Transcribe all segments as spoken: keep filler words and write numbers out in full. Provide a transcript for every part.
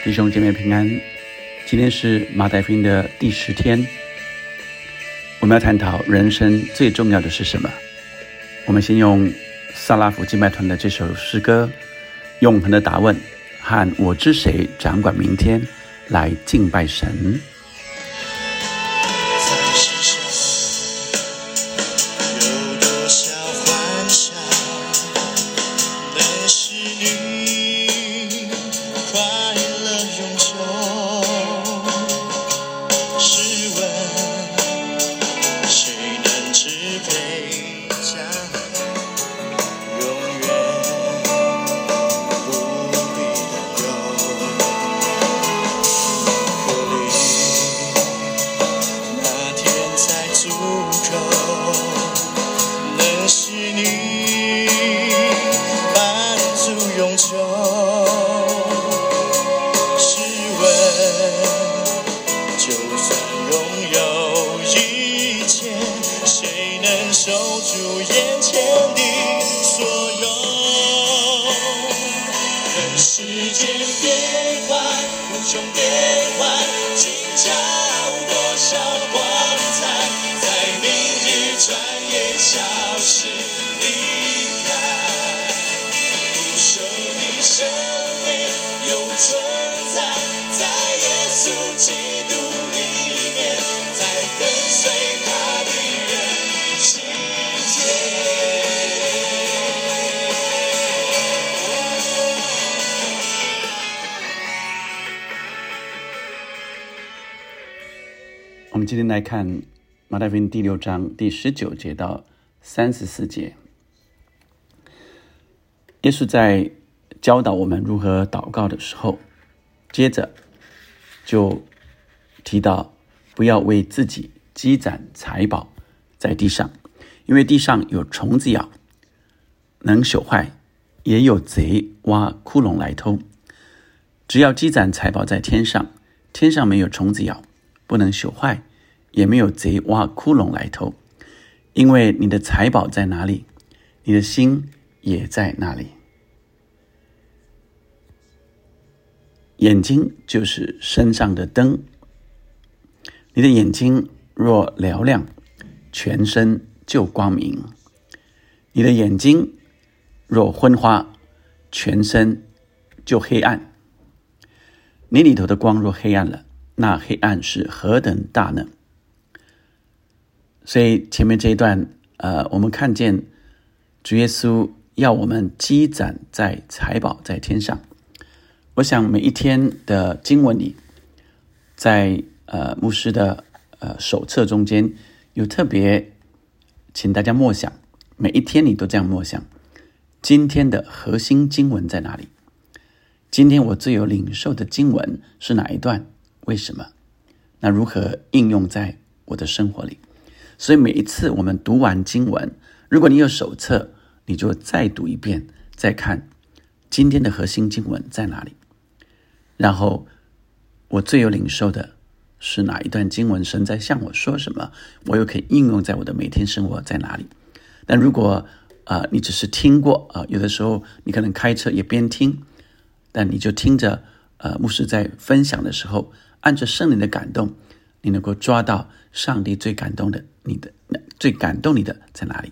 弟兄姐妹平安。今天是马太福音的第十天，我们要探讨人生最重要的是什么。我们先用萨拉夫敬拜团的这首诗歌《永恒的答问》和我知谁掌管明天来敬拜神。 守住眼前的所有，人世间变幻，无穷变幻，今朝多少光彩，在明日转眼消失离开。不朽的生命永存在，在耶稣基督里面，在跟随他的人世界。 我们今天来看马太福音第六章第十九节到三十四节。耶稣在教导我们如何祷告的时候，接着就提到不要为自己积攒财宝在地上，因为地上有虫子咬，能朽坏，也有贼挖窟窿来偷。只要积攒财宝在天上，天上没有虫子咬，不能朽坏，也没有贼挖窟窿来偷。因为你的财宝在哪里，你的心也在那里。眼睛就是身上的灯，你的眼睛若嘹亮，全身就光明；你的眼睛若昏花，全身就黑暗。你里头的光若黑暗了，那黑暗是何等大呢？所以前面这一段呃，我们看见主耶稣要我们积攒在财宝在天上。我想每一天的经文里，在呃牧师的呃手册中间有特别请大家默想，每一天你都这样默想，今天的核心经文在哪里？今天我最有领受的经文是哪一段？为什么？那如何应用在我的生活里？所以每一次我们读完经文，如果你有手册，你就再读一遍，再看今天的核心经文在哪里。然后我最有领受的是哪一段经文，神在向我说什么，我又可以应用在我的每天生活在哪里。但如果、呃、你只是听过、呃、有的时候你可能开车也边听，但你就听着呃牧师在分享的时候，按着圣灵的感动，你能够抓到上帝最感动的你的最感动你的在哪里。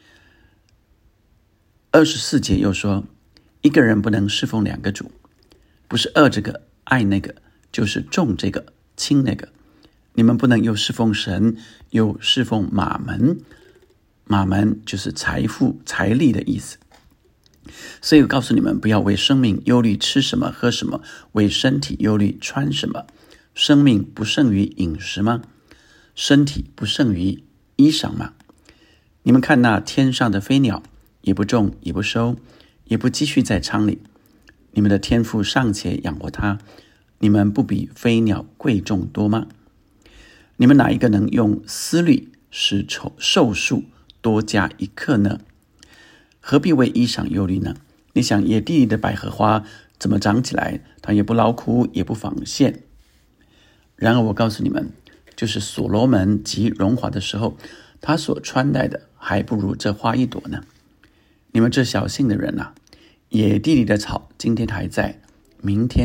二十四节又说，一个人不能侍奉两个主，不是爱这个爱那个，就是重这个轻那个。你们不能又侍奉神，又侍奉马门。马门就是财富财力的意思。所以我告诉你们，不要为生命忧虑吃什么喝什么，为身体忧虑穿什么。生命不胜于饮食吗？身体不胜于衣裳吗？你们看那天上的飞鸟，也不种也不收，也不积蓄在仓里，你们的天父尚且养活它，你们不比飞鸟贵重多吗？你们哪一个能用思虑使寿数多加一刻呢？何必为衣裳忧虑呢？你想野地里的百合花怎么长起来，它也不劳苦也不纺线。然而我告诉你们，就是所罗门极荣华的时候，他所穿戴的还不如这花一朵呢。你们这小信的人啊，野地里的草今天还在，明天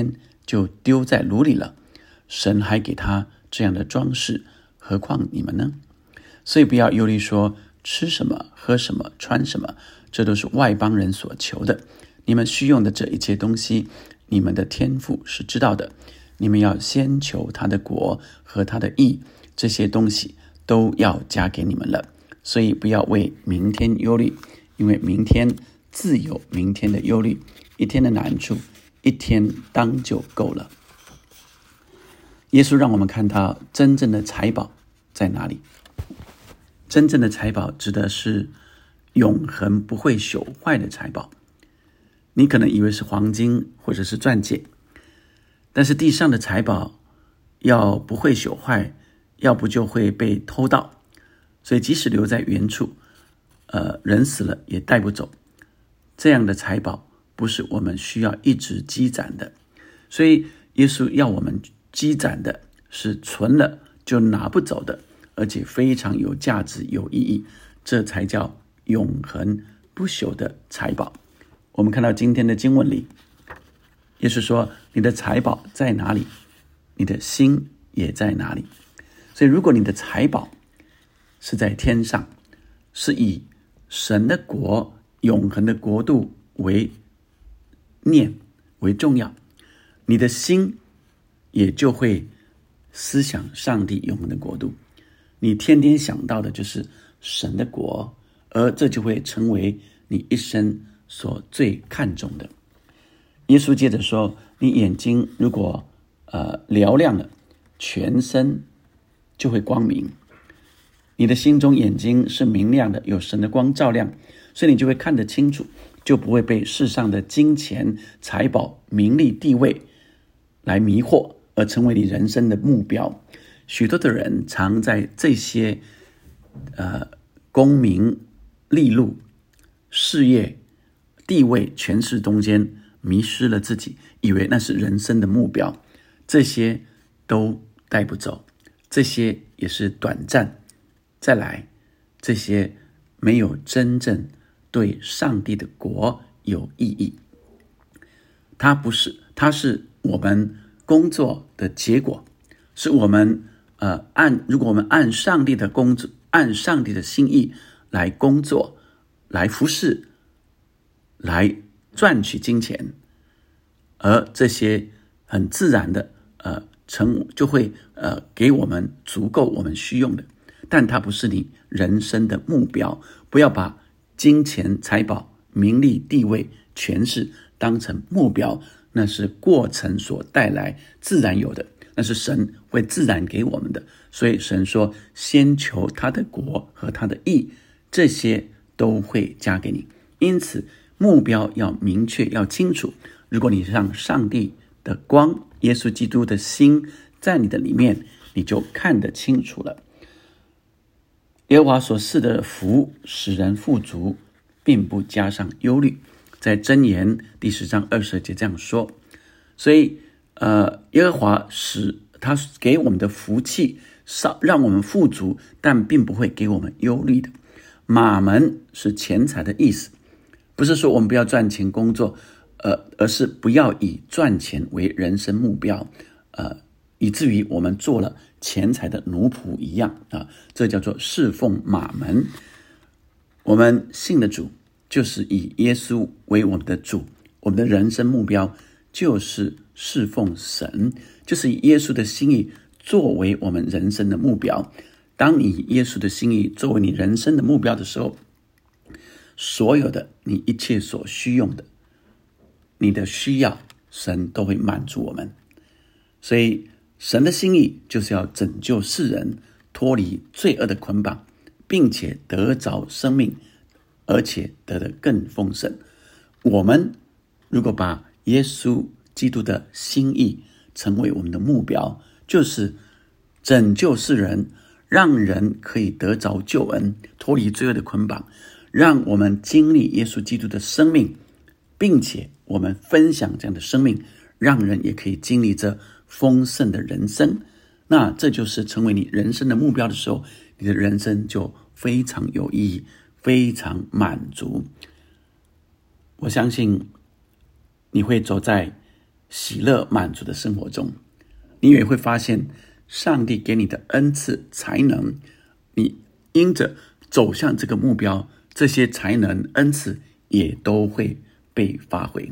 就丢在炉里了，神还给他这样的装饰，何况你们呢？所以不要忧虑说吃什么喝什么穿什么，这都是外邦人所求的。你们需用的这一切东西，你们的天父是知道的。你们要先求他的国和他的义，这些东西都要加给你们了。所以不要为明天忧虑，因为明天自有明天的忧虑，一天的难处一天当就够了。耶稣让我们看到真正的财宝在哪里。真正的财宝指的是永恒不会朽坏的财宝。你可能以为是黄金或者是钻戒，但是地上的财宝要不会朽坏，要不就会被偷盗，所以即使留在原处，呃，人死了也带不走。这样的财宝不是我们需要一直积攒的，所以耶稣要我们积攒的是存了就拿不走的，而且非常有价值有意义，这才叫永恒不朽的财宝。我们看到今天的经文里，耶稣说，你的财宝在哪里，你的心也在哪里。所以如果你的财宝是在天上，是以神的国永恒的国度为念为重要，你的心也就会思想上帝永恒的国度，你天天想到的就是神的国，而这就会成为你一生所最看重的。耶稣接着说，你眼睛如果呃嘹亮了，全身就会光明。你的心中眼睛是明亮的，有神的光照亮，所以你就会看得清楚，就不会被世上的金钱财宝名利地位来迷惑，而成为你人生的目标。许多的人常在这些呃功名利禄事业地位权势中间迷失了自己，以为那是人生的目标，这些都带不走，这些也是短暂。再来，这些没有真正对上帝的国有意义。它不是，它是我们工作的结果，是我们呃按如果我们按上帝的工作，按上帝的心意来工作，来服侍，来赚取金钱，而这些很自然的呃成就会呃给我们足够我们需用的，但它不是你人生的目标。不要把金钱财宝名利地位权势当成目标，那是过程所带来自然有的，那是神会自然给我们的。所以神说，先求他的国和他的义，这些都会加给你。因此目标要明确要清楚，如果你让上帝的光耶稣基督的心在你的里面，你就看得清楚了。耶和华所赐的福使人富足，并不加上忧虑，在箴言第十章二十节这样说。所以呃，耶和华使他给我们的福气让我们富足，但并不会给我们忧虑的。马门是钱财的意思，不是说我们不要赚钱工作，呃，而是不要以赚钱为人生目标，呃，以至于我们做了钱财的奴仆一样啊，这叫做侍奉马门。我们信的主就是以耶稣为我们的主，我们的人生目标就是侍奉神，就是以耶稣的心意作为我们人生的目标。当你以耶稣的心意作为你人生的目标的时候，所有的你一切所需用的，你的需要，神都会满足我们。所以神的心意就是要拯救世人脱离罪恶的捆绑，并且得着生命，而且得得更丰盛。我们如果把耶稣基督的心意成为我们的目标，就是拯救世人，让人可以得着救恩，脱离罪恶的捆绑，让我们经历耶稣基督的生命，并且我们分享这样的生命，让人也可以经历这丰盛的人生。那这就是成为你人生的目标的时候，你的人生就非常有意义，非常满足。我相信你会走在喜乐满足的生活中，你也会发现上帝给你的恩赐才能，你因着走向这个目标，这些才能恩赐也都会被发挥。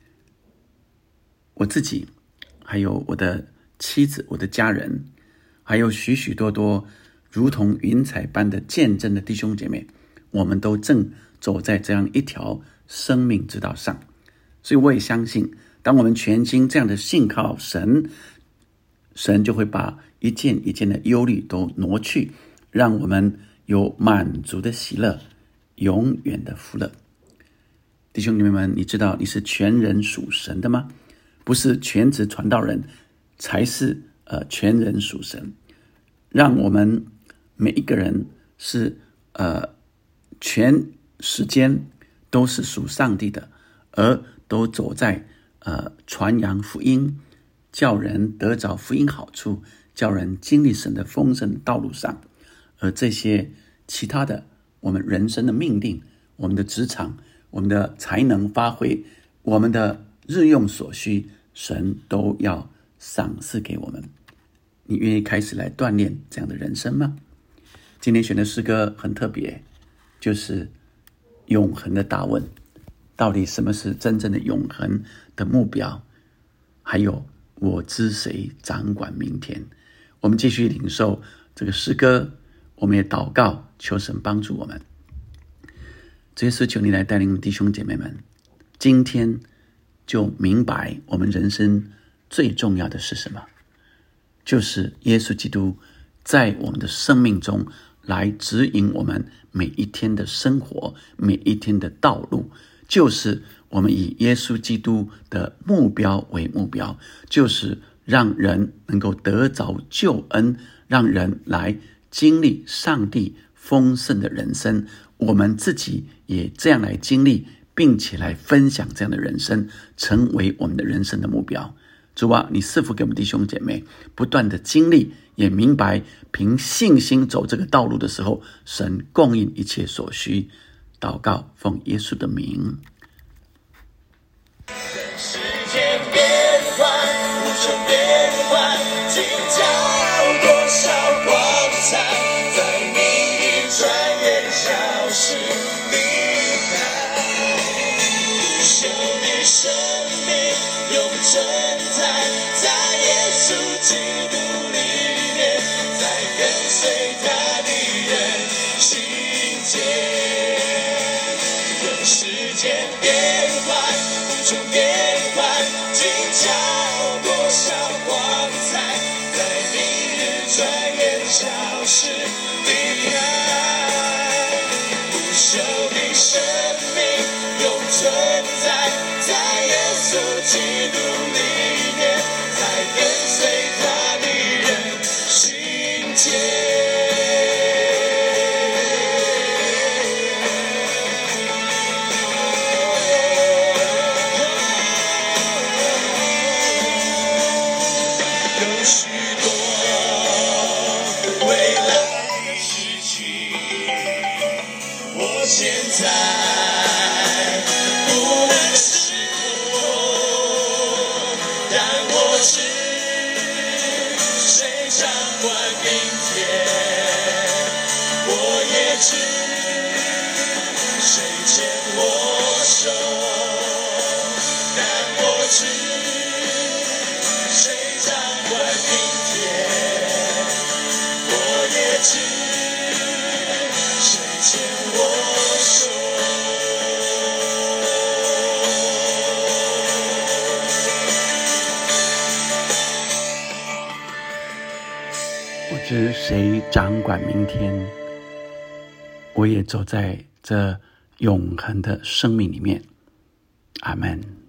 我自己还有我的妻子，我的家人，还有许许多多如同云彩般的见证的弟兄姐妹，我们都正走在这样一条生命之道上。所以我也相信，当我们全心这样的信靠神，神就会把一件一件的忧虑都挪去，让我们有满足的喜乐，永远的福乐。弟兄姐妹们，你知道你是全人属神的吗？不是全职传道人才是呃全人属神。让我们每一个人是呃全时间都是属上帝的，而都走在呃传扬福音，叫人得着福音好处，叫人经历神的丰盛的道路上。而这些其他的我们人生的命令，我们的职场，我们的才能发挥，我们的日用所需，神都要赏赐给我们。你愿意开始来锻炼这样的人生吗？今天选的诗歌很特别，就是永恒的大问，到底什么是真正的永恒的目标？还有我知谁掌管明天？我们继续领受这个诗歌，我们也祷告，求神帮助我们。主耶稣，求你来带领弟兄姐妹们，今天就明白我们人生最重要的是什么，就是耶稣基督在我们的生命中来指引我们每一天的生活，每一天的道路，就是我们以耶稣基督的目标为目标，就是让人能够得着救恩，让人来经历上帝丰盛的人生，我们自己也这样来经历，并且来分享这样的人生，成为我们的人生的目标。主啊，你赐福给我们弟兄姐妹不断的经历，也明白凭信心走这个道路的时候，神供应一切所需。祷告奉耶稣的名。 世界变幻，无穷变幻，今朝多少光彩，在命运转眼消失离开。不朽的生命永存在，在耶稣基督里面，在跟随他的人心间。人世间变幻，无穷变幻，今朝多少光彩，在明日转眼消失离开。不朽的生命永存在，在耶稣基督里面，在跟随他的人心间。有许多未来的事情，我现在不能识破，但我知谁掌管明天，我也知谁牵我手，但我知谁掌管明天，我也知谁牵我手。 我知谁掌管明天，我也走在这永恒的生命里面。阿们。